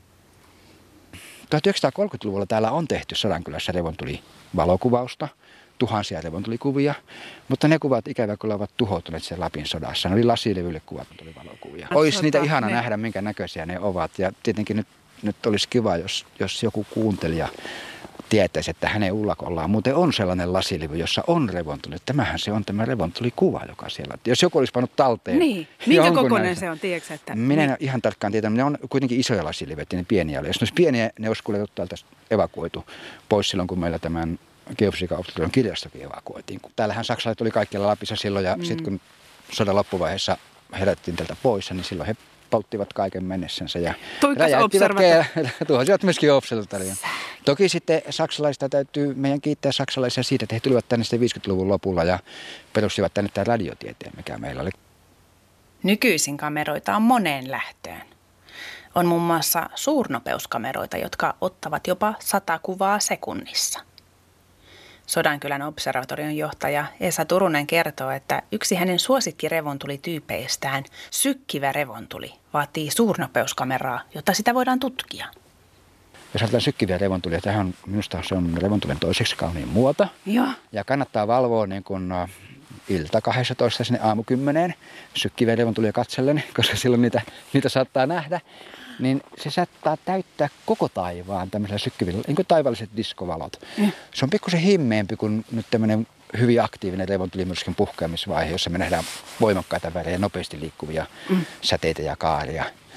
1930-luvulla täällä on tehty Sodankylässä revontulivalokuvausta, tuhansia revontulikuvia, mutta ne kuvat ikävä kyllä ovat tuhoutuneet sen Lapin sodassa. Ne oli lasilevylle kuvattulivalokuvia. Olisi niitä ihana nähdä, minkä näköisiä ne ovat. Ja tietenkin nyt olisi kiva, jos joku kuuntelija tietäisi, että hänen ullakollaan muuten on sellainen lasilevy, jossa on revontuli. Tämähän se on tämä revontulikuva, joka siellä. Jos joku olisi pannut talteen. Niin, minkä kokoinen se on, tiedätkö? Että... Minä en ihan tarkkaan tiedä, ne on kuitenkin isoja lasilevyjä, ne pieniä oli. Jos ne olisi pieniä, ne olisi kuljettu täältä evakuoitu pois silloin, kun meillä tämän Geofysiikan optiikon kirjastokin evakuoitiin. Täällähän saksalaiset oli kaikkialla Lapissa silloin ja sitten kun sodan loppuvaiheessa herättiin tältä pois, niin silloin he polttivat kaiken mennessänsä ja tuhosivat myöskin observatorion. Toki sitten saksalaista täytyy meidän kiittää saksalaisia siitä, että he tulivat tänne sitten 50-luvun lopulla ja perustivat tänne tämän radiotieteen, mikä meillä oli. Nykyisin kameroita on moneen lähtöön. On muun muassa suurnopeuskameroita, jotka ottavat jopa 100 kuvaa sekunnissa. Sodankylän observatorion johtaja Esa Turunen kertoo, että yksi hänen suosikkirevontulit-tyypeistään, sykkivä revontuli, vaatii suurnopeuskameraa, jotta sitä voidaan tutkia. Jos ajatellaan sykkiviä revontulia, minusta se on revontulen toiseksi kauniin muoto. Joo. Ja kannattaa valvoa niin kuin ilta 12 sinne aamu 10 sykkiviä revontulia katsellen, koska silloin niitä saattaa nähdä. Niin se saattaa täyttää koko taivaan tämmöisellä sykkivillä, niin kuin taivaalliset diskovalot. Se on pikkusen himmeempi kuin nyt tämmöinen hyvin aktiivinen revontulimyrskyn puhkeamisvaihe, jossa me nähdään voimakkaita värejä, nopeasti liikkuvia säteitä ja kaaria.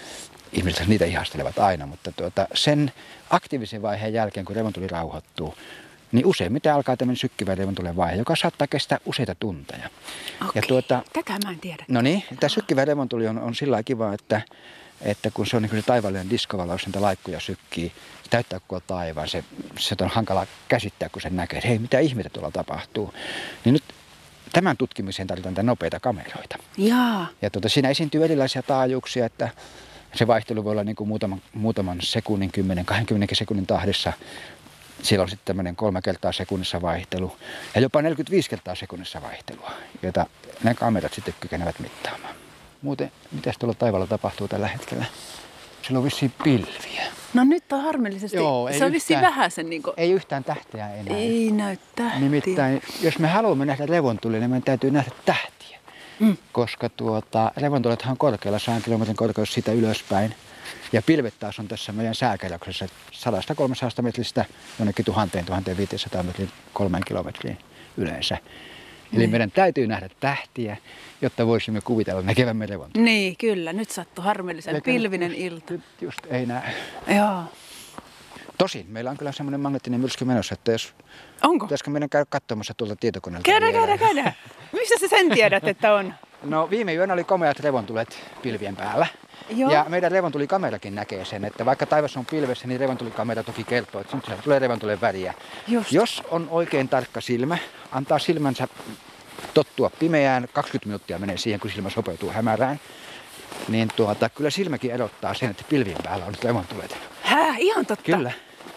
ihmiset niitä ihastelevat aina, mutta sen aktiivisen vaiheen jälkeen, kun revontuli rauhoittuu, niin useimmiten alkaa tämmöinen sykkivä revontulen vaihe, joka saattaa kestää useita tunteja. Okei, tätä mä en tiedä. No niin, tämä sykkivä revontuli on sillä lailla kiva, että kun se on niin kuin se taivaallinen diskovalaus, niitä laikkuja sykkii, se täyttää koko taivaan, se on hankala käsittää, kun sen näkee, että hei, mitä ihmettä tuolla tapahtuu. Niin nyt tämän tutkimiseen tarvitaan niitä nopeita kameroita. Jaa. Ja siinä esiintyy erilaisia taajuuksia, että se vaihtelu voi olla niin kuin muutaman sekunnin, 10-20 sekunnin tahdissa. Siellä on sitten tämmöinen 3 kertaa sekunnissa vaihtelu ja jopa 45 kertaa sekunnissa vaihtelua, jota nämä kamerat sitten kykenevät mittaamaan. Muuten, mitäs tuolla taivaalla tapahtuu tällä hetkellä? Siellä on vissiin pilviä. No nyt on harmillisesti. Joo, se on vissiin vähän sen niin kuin... Ei yhtään tähteä enää. Ei näy tähtiä. Nimittäin, jos me haluamme nähdä revontulia, niin meidän täytyy nähdä tähtiä. Koska revontulethan on korkealla 100 kilometrin korkeus siitä ylöspäin. Ja pilvet taas on tässä meidän sääkerroksessa 100-300 metristä jonnekin 1000-1500 metrin 3 kilometriin yleensä. Eli meidän täytyy nähdä tähtiä, jotta voisimme kuvitella näkevämme revontulia. Niin, kyllä. Nyt sattui harmillisen pilvinen ilta. Just ei näe. Joo. Tosin meillä on kyllä semmoinen magneettinen myrsky menossa, että jos... Onko? Pitäisikö meidän käydä katsomassa tuolta tietokoneelta? Käydään. Mistä sä sen tiedät, että on? No viime yönä oli komeat revontulet pilvien päällä. Joo. Ja meidän revontulikamerakin näkee sen, että vaikka taivas on pilvessä, niin revontulikamera toki kertoo, että nyt tulee revontulen väriä. Just. Jos on oikein tarkka silmä, antaa silmänsä tottua pimeään, 20 minuuttia menee siihen, kun silmä sopeutuu hämärään, niin kyllä silmäkin erottaa sen, että pilvien päällä on nyt revontulet. Ihan totta? Kyllä.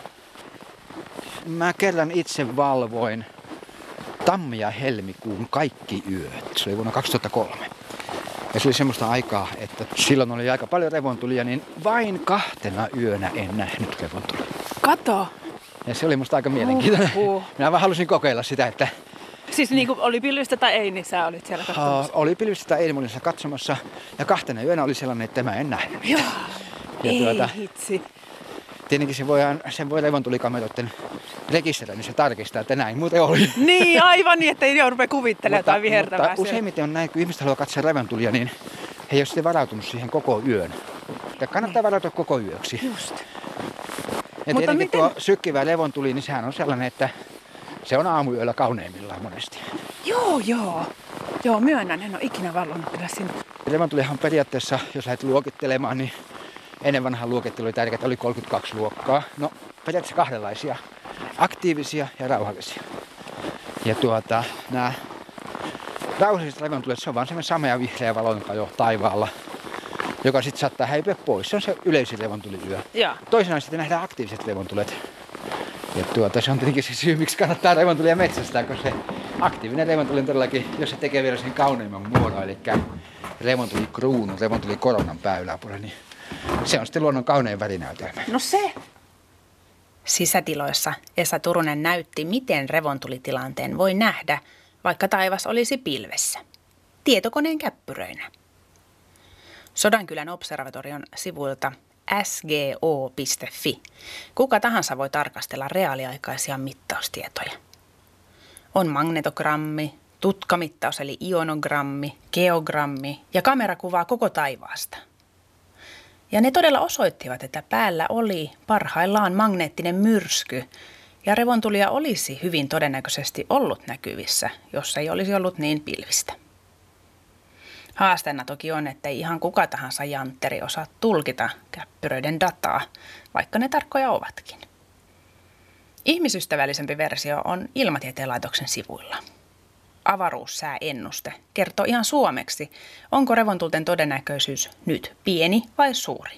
Mä kerran itse valvoin tammi- ja helmikuun kaikki yöt. Se oli vuonna 2003. Ja se oli semmoista aikaa, että silloin oli aika paljon revontulia, niin vain 2 yönä en nähnyt revontulia. Kato. Ja se oli musta aika mielenkiintoinen. Minä vaan halusin kokeilla sitä, että... Siis niin kuin oli pilvistä tai ei, niin sä olit siellä katsomassa? Oli pilvistä tai ei, mä olin siellä katsomassa. Ja 2 yönä oli sellainen, että mä en nähnyt. Joo. Ei hitsi. Tietenkin sen voi revontulikameroiden rekisteröinnissä tarkistaa, että näin muuten oli. Niin, aivan niin, että ei rupea kuvittelemaan tai vihertämään. Mutta useimmiten on näin, kun ihmiset haluaa katsoa revontulia, niin he ei ole sitten varautunut siihen koko yön. Ja kannattaa varautua koko yöksi. Just. Ja tietenkin tuo sykkivä revontuli, niin sehän on sellainen, että se on aamuyöllä kauneimmillaan monesti. Joo, myönnän, en ole ikinä vallonnut kyllä sinne. Revontulihan periaatteessa, jos lähdet luokittelemaan, niin ennen vanhan luokittelu oli tärkeää, oli 32 luokkaa. No, periaatteessa 2. Aktiivisia ja rauhallisia. Ja nämä rauhalliset revontulet, se on vaan semmoinen samea vihreä valonkajo taivaalla, joka sitten saattaa häipyä pois. Se on se yleisin revontuliyö. Toisenaan sitten nähdään aktiiviset revontulet. Ja se on tietenkin se syy, miksi kannattaa revontulia metsästää, koska se aktiivinen revontuli on todellakin, jos se tekee vielä sen kauneimman muodon, eli revontulikruunun, revontulikoronan pääyläpuolella, niin se on sitten luonnon kaunein värinäytelmä. No se! Sisätiloissa Esa Turunen näytti, miten revontulitilanteen voi nähdä, vaikka taivas olisi pilvessä. Tietokoneen käppyröinä. Sodankylän observatorion sivuilta sgo.fi kuka tahansa voi tarkastella reaaliaikaisia mittaustietoja. On magnetogrammi, tutkamittaus eli ionogrammi, geogrammi ja kamera kuvaa koko taivaasta. Ja ne todella osoittivat, että päällä oli parhaillaan magneettinen myrsky ja revontulia olisi hyvin todennäköisesti ollut näkyvissä, jos ei olisi ollut niin pilvistä. Haasteena toki on, että ei ihan kuka tahansa jantteri osaa tulkita käppyröiden dataa, vaikka ne tarkkoja ovatkin. Ihmisystävällisempi versio on Ilmatieteen laitoksen sivuilla. Avaruussääennuste kertoo ihan suomeksi, onko revontulten todennäköisyys nyt pieni vai suuri.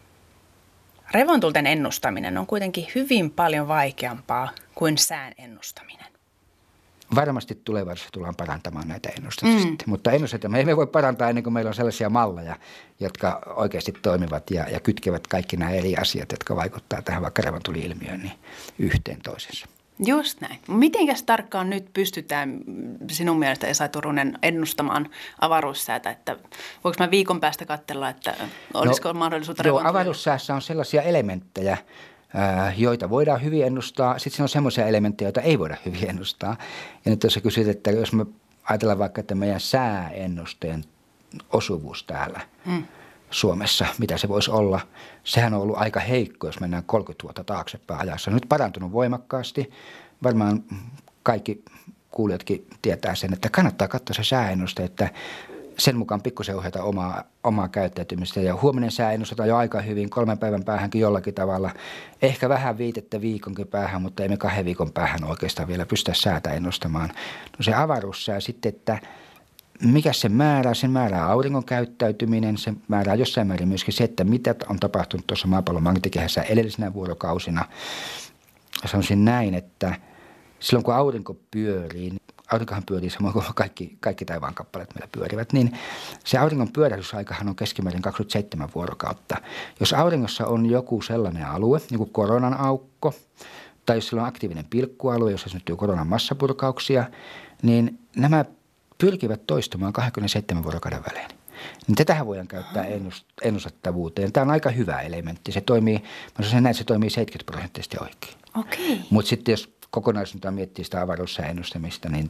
Revontulten ennustaminen on kuitenkin hyvin paljon vaikeampaa kuin sään ennustaminen. Varmasti tulevaisuudessa tullaan parantamaan näitä ennustuksia, mutta ennusteita me emme voi parantaa ennen kuin meillä on sellaisia malleja, jotka oikeasti toimivat ja kytkevät kaikki nämä eri asiat, jotka vaikuttavat tähän vaikka revontuli-ilmiöön niin yhteen toisensa. Just näin. Mitenkäs tarkkaan nyt pystytään sinun mielestä, Esa Turunen, ennustamaan avaruussäätä? Että voinko mä viikon päästä katsella, että olisiko mahdollisuutta revontulille? Avaruussäässä on sellaisia elementtejä, joita voidaan hyvin ennustaa. Sitten on semmoisia elementtejä, joita ei voida hyvin ennustaa. Ja nyt jos sä kysyt, että jos me ajatellaan vaikka, että meidän sääennusteen osuvuus täällä, Suomessa, mitä se voisi olla. Sehän on ollut aika heikko, jos mennään 30 vuotta taaksepäin ajassa. Nyt parantunut voimakkaasti. Varmaan kaikki kuulijatkin tietää sen, että kannattaa katsoa se sääennuste, että sen mukaan pikkusen ohjata omaa käyttäytymistä. Ja huominen sääennustetaan jo aika hyvin, 3 päivän päähänkin jollakin tavalla. Ehkä vähän viitettä viikonkin päähän, mutta emme 2 viikon päähän oikeastaan vielä pystytä säätä ennustamaan. No se avaruussää sitten, että mikä se määrää auringon käyttäytyminen, se määrää jossain määrin myöskin se, että mitä on tapahtunut tuossa maapallon magneettikehässä edellisenä vuorokausina. Sanoisin näin, että silloin kun aurinko pyörii, aurinkohan pyörii samoin kuin kaikki taivaan kappaleet meillä pyörivät, niin se auringon pyörähdysaikahan on keskimäärin 27 vuorokautta. Jos auringossa on joku sellainen alue, niin kuin koronan aukko, tai jos sillä on aktiivinen pilkkualue, jossa syntyy koronan massapurkauksia, niin nämä pyrkivät toistumaan 27 vuorokauden välein. Niin tätähän voidaan käyttää ennustettavuuteen. Tämä on aika hyvä elementti. Se toimii, mä sanoisin näin, että se toimii 70% oikein. Okei. Mutta sitten jos kokonaisuutta miettii sitä avaruussään ennustamista, niin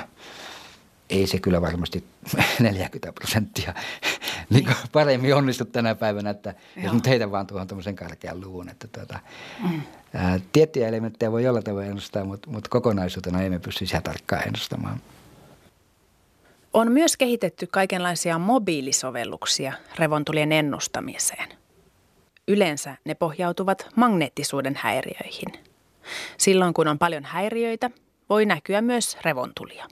ei se kyllä varmasti 40% niin paremmin onnistu tänä päivänä, että jos nyt heitän vaan tuohon tuommoisen karkean luvun, että tiettyjä elementtejä voi jollain tavalla ennustaa, mutta kokonaisuutena emme pysty sitä tarkkaan ennustamaan. On myös kehitetty kaikenlaisia mobiilisovelluksia revontulien ennustamiseen. Yleensä ne pohjautuvat magneettisuuden häiriöihin. Silloin kun on paljon häiriöitä, voi näkyä myös revontulia.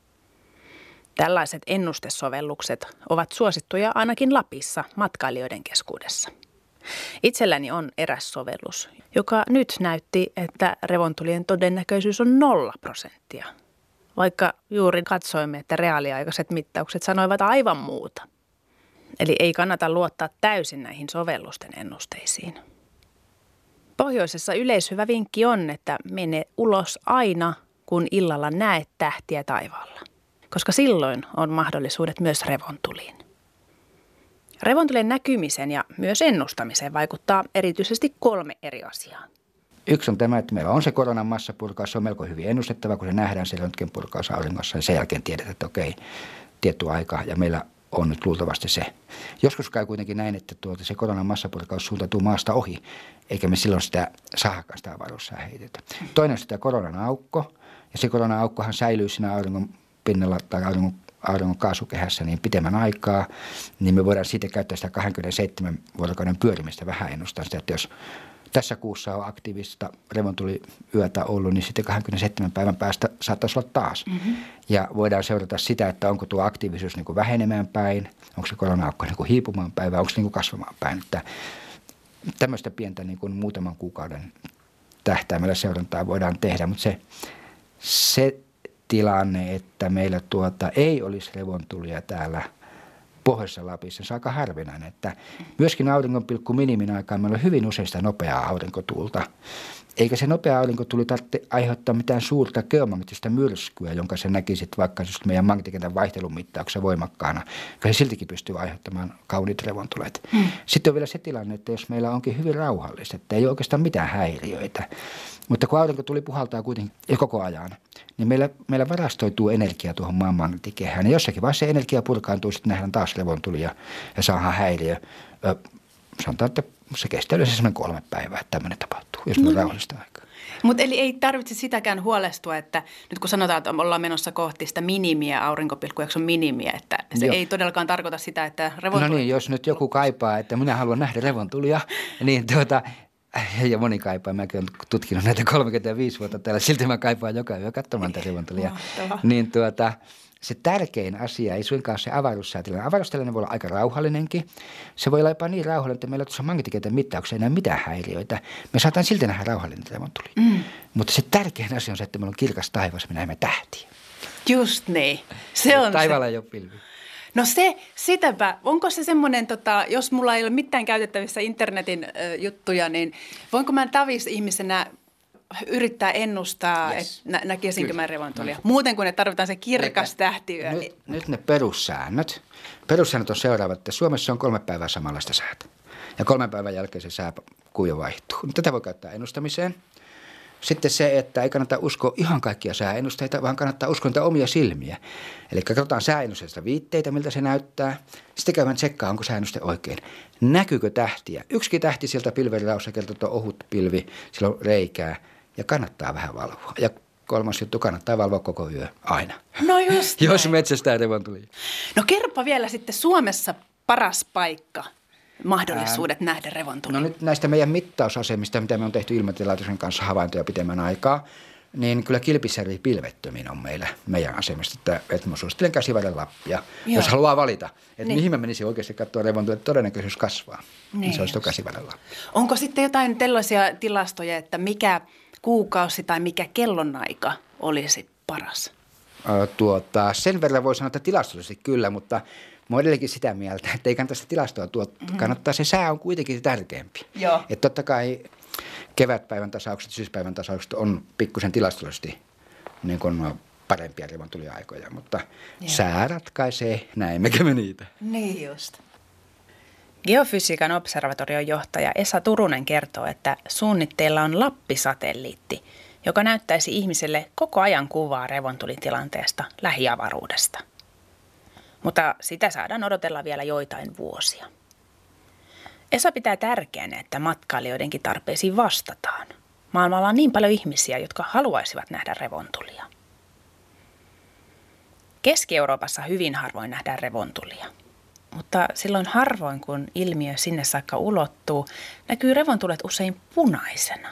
Tällaiset ennustesovellukset ovat suosittuja ainakin Lapissa matkailijoiden keskuudessa. Itselläni on eräs sovellus, joka nyt näytti, että revontulien todennäköisyys on 0%. Vaikka juuri katsoimme, että reaaliaikaiset mittaukset sanoivat aivan muuta. Eli ei kannata luottaa täysin näihin sovellusten ennusteisiin. Pohjoisessa yleishyvä vinkki on, että mene ulos aina, kun illalla näet tähtiä taivaalla, koska silloin on mahdollisuudet myös revontuliin. Revontulien näkymisen ja myös ennustamiseen vaikuttaa erityisesti 3 eri asiaa. Yksi on tämä, että meillä on se koronan massapurkaus, se on melko hyvin ennustettava, kun se nähdään se röntgenpurkaus auringossa, ja sen jälkeen tiedetään, että okei, tietty aika, ja meillä on nyt luultavasti se. Joskus käy kuitenkin näin, että se koronan massapurkaus suuntautuu maasta ohi, eikä me silloin sitä saakaan sitä avaruussään heitetä. Toinen on sitä koronan aukko, ja se koronan aukkohan säilyy siinä auringon pinnalla tai auringon kaasukehässä niin pitemmän aikaa, niin me voidaan siitä käyttää sitä 27 vuorokauden pyörimistä vähän ennustaa sitä, että jos tässä kuussa on aktiivista revontuliyötä ollut, niin sitten 27 päivän päästä saattaisi olla taas. Mm-hmm. Ja voidaan seurata sitä, että onko tuo aktiivisuus niin kuin vähenemään päin, onko se korona-aukko niin kuin hiipumaan päin vai onko se niin kuin kasvamaan päin. Että tämmöistä pientä niin kuin muutaman kuukauden tähtäimellä seurantaa voidaan tehdä, mutta se tilanne, että meillä ei olisi revontulia täällä Pohjoisessa Lapissa, se on aika harvinainen, että myöskin auringonpilkku minimin aikaan meillä on hyvin usein sitä nopeaa aurinkotuulta. Eikä se nopea aurinkotuli tarvitse aiheuttaa mitään suurta geomagneettista myrskyä, jonka se näkisit vaikka just meidän magneettikentän vaihtelun mittauksessa voimakkaana, koska se siltikin pystyy aiheuttamaan kauniit revontulet. Sitten on vielä se tilanne, että jos meillä onkin hyvin rauhallista, että ei ole oikeastaan mitään häiriöitä, mutta kun aurinkotuli puhaltaa kuitenkin koko ajan, niin meillä varastoituu energia tuohon maan magneettikehään. Ja jossakin vaiheessa se energia purkaantuu, sitten nähdään taas revontulia ja saadaan häiriö. Sanotaan, että se kestää yleensä semmoinen 3 päivää, että tämmöinen tapahtuu, jos meillä on rauhallista aikaa. Mutta eli ei tarvitse sitäkään huolestua, että nyt kun sanotaan, että ollaan menossa kohti sitä minimiä, aurinkonpilkkujakson minimiä, että se ei todellakaan tarkoita sitä, että revontulia... No niin, jos nyt joku kaipaa, että minä haluan nähdä revontulia, niin ja moni kaipaa, mäkin olen tutkinut näitä 35 vuotta täällä, silti mä kaipaan joka yö katsomaan tätä revontulia. Niin se tärkein asia ei suinkaan se avaruussäätilanne. Avaruustilanne voi olla aika rauhallinenkin. Se voi olla jopa niin rauhallinen, että meillä tuossa magneettikentän mittauksessa ei näe mitään häiriöitä. Me saataan silti nähdä rauhallinen revontuli. Mutta se tärkein asia on se, että meillä on kirkas taivas, me näemme tähtiä. Just niin. Se on taivaalla ei ole pilvi. No sitäpä. Onko se semmoinen, jos mulla ei ole mitään käytettävissä internetin juttuja, niin voinko mä tavis-ihmisenä yrittää ennustaa, että näkisinkö mä revontulia? Muuten kuin, että tarvitaan se kirkas tähtiyö. Nyt ne perussäännöt. Perussäännöt on seuraavat, että Suomessa on 3 päivää samanlaista säätä. Ja 3 päivän jälkeen se sääkuvio vaihtuu. Tätä voi käyttää ennustamiseen. Sitten se, että ei kannata uskoa ihan kaikkia sääennusteita, vaan kannattaa uskoa niitä omia silmiä. Eli katsotaan sääennusteista viitteitä, miltä se näyttää. Sitten käydään tsekkaa, onko sääennuste oikein. Näkyykö tähtiä? Yksikin tähti sieltä pilvenraossa kertoo, että on ohut pilvi, sillä on reikää ja kannattaa vähän valvoa. Ja kolmas juttu, kannattaa valvoa koko yö aina. No just Jos metsästää revontulia. No kerropa vielä sitten Suomessa paras paikka, mahdollisuudet nähdä revontulia. No nyt näistä meidän mittausasemista, mitä me on tehty Ilmatieteen kanssa havaintoja pitemmän aikaa, niin kyllä Kilpisjärvi pilvettömin on meidän asemista. Että mä suosittelen Käsivarren Lappia, jos haluaa valita. Että mihin mä menisin oikeasti katsoa revontulia, että todennäköisyys kasvaa. Niin se olisi tuo Käsivarren Lappi. Onko sitten jotain tällaisia tilastoja, että mikä kuukausi tai mikä kellonaika olisi paras? Sen verran voi sanoa, että tilastollisesti kyllä, mutta mä oon edelleenkin sitä mieltä, että ei kannata sitä tilastoa kannattaa. Se sää on kuitenkin tärkeämpi. Joo. Että totta kai kevätpäivän tasaukset, syyspäivän tasaukset on pikkusen tilastollisesti niin kuin parempia revontuliaikoja, mutta sää ratkaisee, näemmekö me niitä. Niin just. Geofysiikan observatorion johtaja Esa Turunen kertoo, että suunnitteilla on Lappi-satelliitti, joka näyttäisi ihmiselle koko ajan kuvaa revontulitilanteesta lähiavaruudesta. Mutta sitä saadaan odotella vielä joitain vuosia. Esa pitää tärkeänä, että matkailijoidenkin tarpeisiin vastataan. Maailmalla on niin paljon ihmisiä, jotka haluaisivat nähdä revontulia. Keski-Euroopassa hyvin harvoin nähdään revontulia. Mutta silloin harvoin, kun ilmiö sinne saakka ulottuu, näkyy revontulet usein punaisena.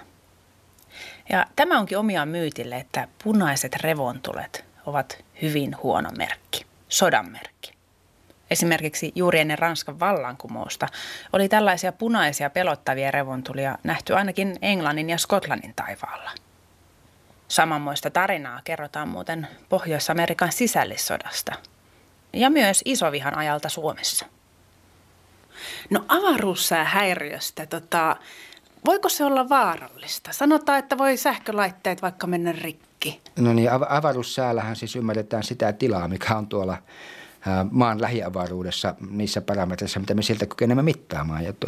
Ja tämä onkin omiaan myytille, että punaiset revontulet ovat hyvin huono merkki, sodan merkki. Esimerkiksi juuri ennen Ranskan vallankumousta oli tällaisia punaisia pelottavia revontulia nähty ainakin Englannin ja Skotlannin taivaalla. Samanmoista tarinaa kerrotaan muuten Pohjois-Amerikan sisällissodasta ja myös isovihan ajalta Suomessa. No avaruussäähäiriöstä, voiko se olla vaarallista? Sanotaan, että voi sähkölaitteet vaikka mennä rikki. No niin, avaruussäällähän siis ymmärretään sitä tilaa, mikä on tuolla maan lähiavaruudessa niissä parametreissa, mitä me sieltä kykenemme mittaamaan. Ja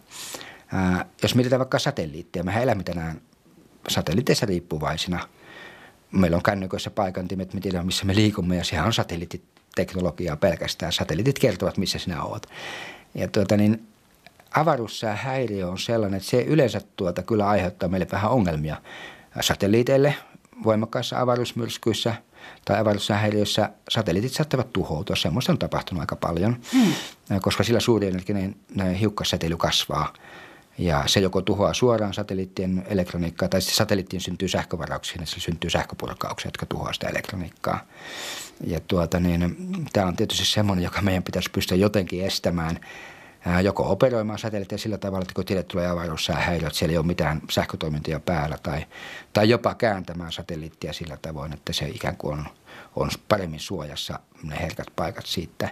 jos mietitään vaikka satelliittia, mehän elämme tänään satelliiteissa riippuvaisina. Meillä on kännyköissä paikantimet, me tiedämme missä me liikumme ja sehän on satelliittiteknologiaa pelkästään. Satelliitit kertovat, missä sinä oot. Ja avaruussäähäiriö on sellainen, että se yleensä kyllä aiheuttaa meille vähän ongelmia satelliiteille voimakkaissa avaruusmyrskyissä tai avaruussäähäiriöissä. Satelliitit saattavat tuhoutua. Semmoista on tapahtunut aika paljon, koska sillä suurienerginen hiukkassäteily kasvaa. Ja se joko tuhoaa suoraan satelliittien elektroniikkaa tai sitten satelliittien syntyy sähkövarauksia, että sillä syntyy sähköpurkauksia, jotka tuhoaa sitä elektroniikkaa. Ja tämä on tietysti semmoinen, joka meidän pitäisi pystyä jotenkin estämään. Joko operoimaan satelliitteja sillä tavalla, että kun tiedät tulee avaruussäähäiriö, että siellä ei ole mitään sähkötoimintoja päällä tai jopa kääntämään satelliittia sillä tavoin, että se ikään kuin on paremmin suojassa ne herkät paikat siitä.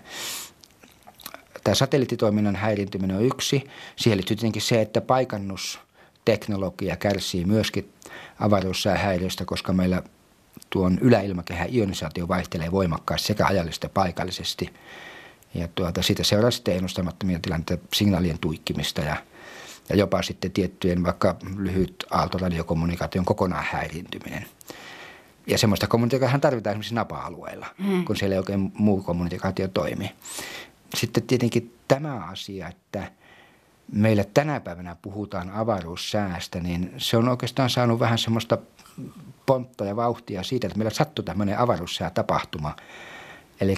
Tämä satelliittitoiminnan häiriintyminen on yksi. Siihen liittyy tietenkin se, että paikannusteknologia kärsii myöskin avaruussäähäiriöstä, koska meillä tuon yläilmakehän ionisaatio vaihtelee voimakkaasti sekä ajallisesti että paikallisesti. Ja siitä seuraa sitten ennustamattomia tilanteita, signaalien tuikkimista ja jopa sitten tiettyjen vaikka lyhyt aaltoradiokommunikaation kokonaan häiriintyminen. Ja semmoista kommunikaatiota tarvitaan esimerkiksi napa-alueilla, kun siellä ei oikein muu kommunikaatio toimi. Sitten tietenkin tämä asia, että meillä tänä päivänä puhutaan avaruussäästä, niin se on oikeastaan saanut vähän semmoista pontta ja vauhtia siitä, että meillä sattui tämmöinen avaruussäätapahtuma. Eli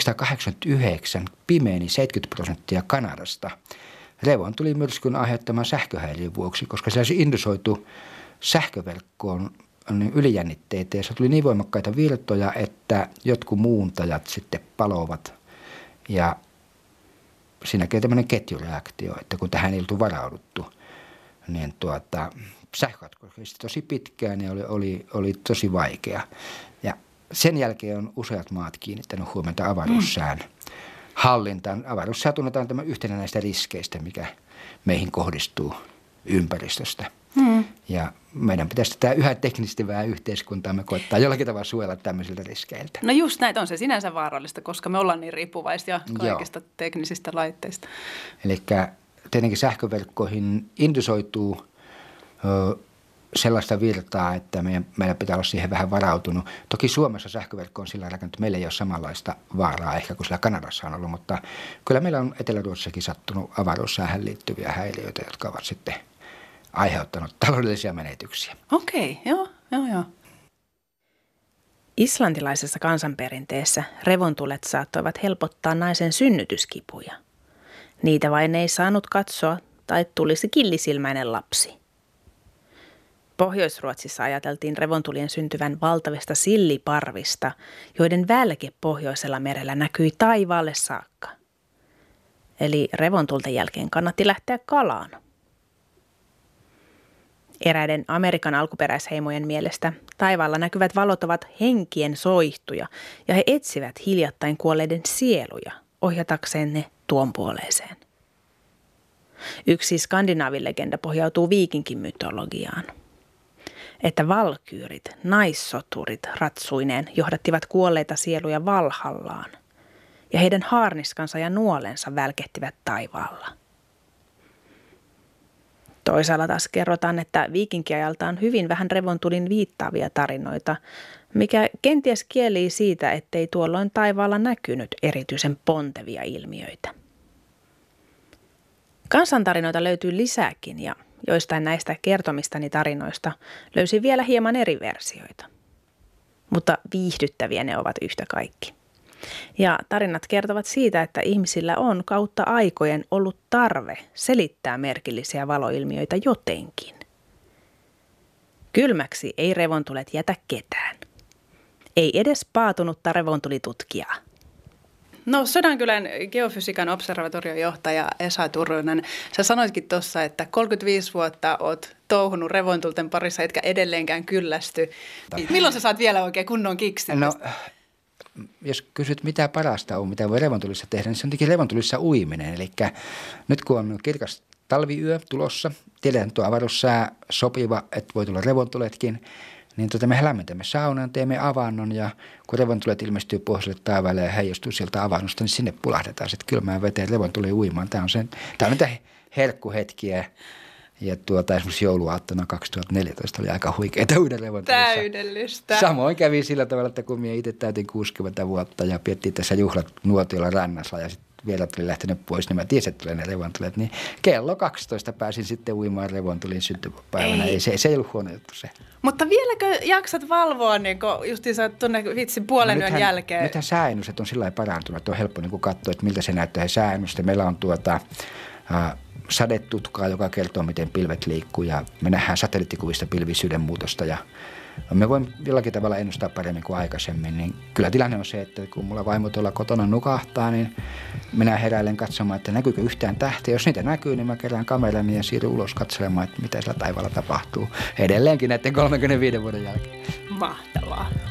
1989 pimeeni 70% Kanadasta revontulimyrskyn aiheuttaman sähköhäiriön vuoksi, koska siellä se indusoitu sähköverkkoon ylijännitteitä ja se tuli niin voimakkaita virtoja, että jotkut muuntajat sitten palovat ja siinä käy tämmöinen ketjureaktio, että kun tähän ei oltu varauduttu, niin sähkökatko kesti tosi pitkään ja oli tosi vaikea. Ja sen jälkeen on useat maat kiinnittänyt huomiota avaruussään hallintaan. Avaruussää tunnetaan tämän yhtenä näistä riskeistä, mikä meihin kohdistuu ympäristöstä. Ja meidän pitäisi tätä yhä teknistyvää yhteiskuntaamme koettaa jollakin tavalla suojella tämmöisiltä riskeiltä. No just näin, on se sinänsä vaarallista, koska me ollaan niin riippuvaisia kaikista teknisistä laitteista. Eli tietenkin sähköverkkoihin indusoituu sellaista virtaa, että meidän pitää olla siihen vähän varautunut. Toki Suomessa sähköverkko on sillä rakennettu, meillä ei ole samanlaista vaaraa ehkä kuin sillä Kanadassa on ollut, mutta kyllä meillä on Etelä-Ruotsissakin sattunut avaruussäähän liittyviä häiriöitä, jotka ovat sitten aiheuttanut taloudellisia menetyksiä. Okei, joo. Islantilaisessa kansanperinteessä revontulet saattoivat helpottaa naisen synnytyskipuja. Niitä vain ei saanut katsoa tai tulisi killisilmäinen lapsi. Pohjois-Ruotsissa ajateltiin revontulien syntyvän valtavista silliparvista, joiden välke Pohjoisella merellä näkyi taivaalle saakka. Eli revontulten jälkeen kannatti lähteä kalaan. Eräiden Amerikan alkuperäisheimojen mielestä taivaalla näkyvät valot ovat henkien soihtuja ja he etsivät hiljattain kuolleiden sieluja ohjatakseen ne tuon puoleiseen. Yksi skandinaavilegenda pohjautuu viikinkin mytologiaan. Että valkyyrit, naissoturit ratsuineen johdattivat kuolleita sieluja Valhallaan ja heidän haarniskansa ja nuolensa välkehtivät taivaalla. Toisaalla taas kerrotaan, että viikinkiajalta on hyvin vähän revontulin viittaavia tarinoita, mikä kenties kielii siitä, ettei tuolloin taivaalla näkynyt erityisen pontevia ilmiöitä. Kansantarinoita löytyy lisääkin ja joistain näistä kertomistani tarinoista löysin vielä hieman eri versioita. Mutta viihdyttäviä ne ovat yhtä kaikki. Ja tarinat kertovat siitä, että ihmisillä on kautta aikojen ollut tarve selittää merkillisiä valoilmiöitä jotenkin. Kylmäksi ei revontulet jätä ketään. Ei edes paatunutta revontulitutkijaa. No Sodankylän geofysiikan observatorion johtaja Esa Turunen, sä sanoitkin tuossa, että 35 vuotta oot touhunut revontulten parissa, etkä edelleenkään kyllästy. Milloin sä saat vielä oikein kunnon kiksin? No, jos kysyt mitä parasta on, mitä voi revontulissa tehdä, niin se on tietenkin revontulissa uiminen. Eli nyt kun on kirkas talviyö tulossa, tiedetään tuo avaruussää sopiva, että voi tulla revontuletkin, niin me lämmitämme saunan, teemme avannon ja kun revontulet ilmestyy pohjoiselle taivaalle ja heijastuu sieltä avannosta, niin sinne pulahdetaan sitten kylmään veteen revontuli uimaan. Tämä on niitä herkkuhetkiä. Ja esimerkiksi jouluaattona 2014 oli aika huikeita uuden revontulissa. Täydellistä. Samoin kävi sillä tavalla, että kun minä itse täytin 60 vuotta ja piettiin tässä juhlat nuotiolla rannassa ja sitten vielä tuli lähtenyt pois, niin mä tiesin, että tulee ne revontulet. Niin kello 12 pääsin sitten uimaan revontulin syntymäpäivänä. Se ei ollut huono juttu se. Mutta vieläkö jaksat valvoa niin justiinsa tuonne vitsin puolen yön jälkeen? Nythän sääennykset on sillä lailla parantunut, että on helppo niin katsoa, että miltä se näyttää sääennys. Meillä on sadetutkaa, joka kertoo, miten pilvet liikkuu ja me nähdään satelliittikuvista pilvisyyden muutosta ja me voimme jollakin tavalla ennustaa paremmin kuin aikaisemmin. Niin kyllä tilanne on se, että kun mulla vaimo tuolla kotona nukahtaa, niin minä heräilen katsomaan, että näkyykö yhtään tähteä. Jos niitä näkyy, niin mä kerään kamerani ja siirryn ulos katselemaan, että mitä sillä taivaalla tapahtuu edelleenkin näiden 35 vuoden jälkeen. Mahtavaa.